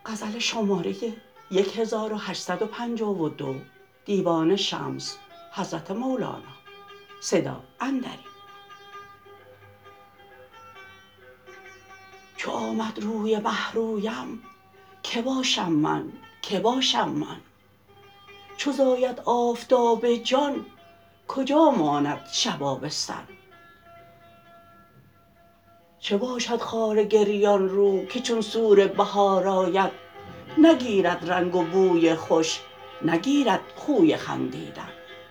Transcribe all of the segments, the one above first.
غزل شماره 1852 دیوان شمس حضرت مولانا صدا اندری. چو آمد روی مه رویم که باشم من که باشم من، چو زاید آفتاب جان کجا ماند شب آبستن. چه باشد خار گریان رو که چون سور بهار آید، نگیرد رنگ و بوی خوش نگیرد خوی خندیدن.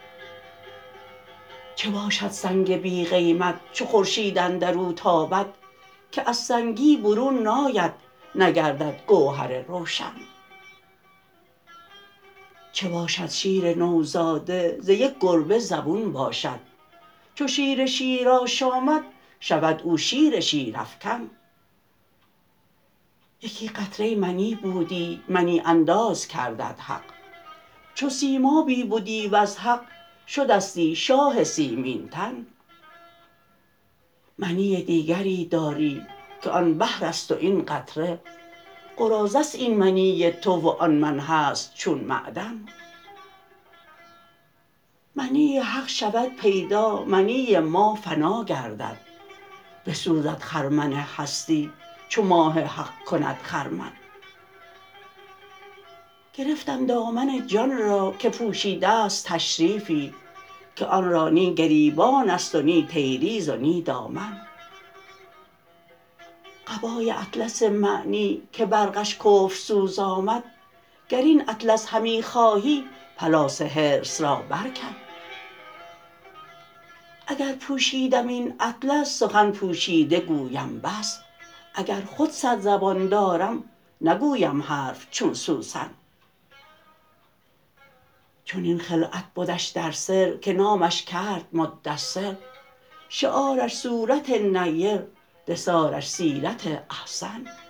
چه باشد سنگ بی قیمت چو خورشید اندر او تابد، که از سنگی برون ناید نگردد گوهر روشن. چه باشد شیر نوزاده ز یک گربه زبون باشد، چو شیر شیرآشامد شود او شیر شیرافکن. یکی قطره منی بودی منی انداز کردت حق، چو سیمابی بدی وز حق شدستی شاه سیمین تن. منی دیگری داری که آن بحر است و این قطره، قراضه ست این منی تو و آن من هست چون معدن. منی حق شود پیدا منی ما فنا گردد، بسوزد خرمن هستی چو ماه حق کند خرمن. گرفتم دامن جان را که پوشیده ست تشریفی، که آن را نی گریبان است و نی تیریز و نی دامن. قبای اطلس معنی که برقش کفرسوز آمد، گر این اطلس همی خواهی پلاس حرص را برکن. اگر پوشیدم این اطلس سخن پوشیده گویم بس، اگر خود صد زبان دارم نگویم حرف چون سوسن. چنین خلعت بدش در سر که نامش کرد مدثر، شعارش صورت نیر دثارش سیرت احسن.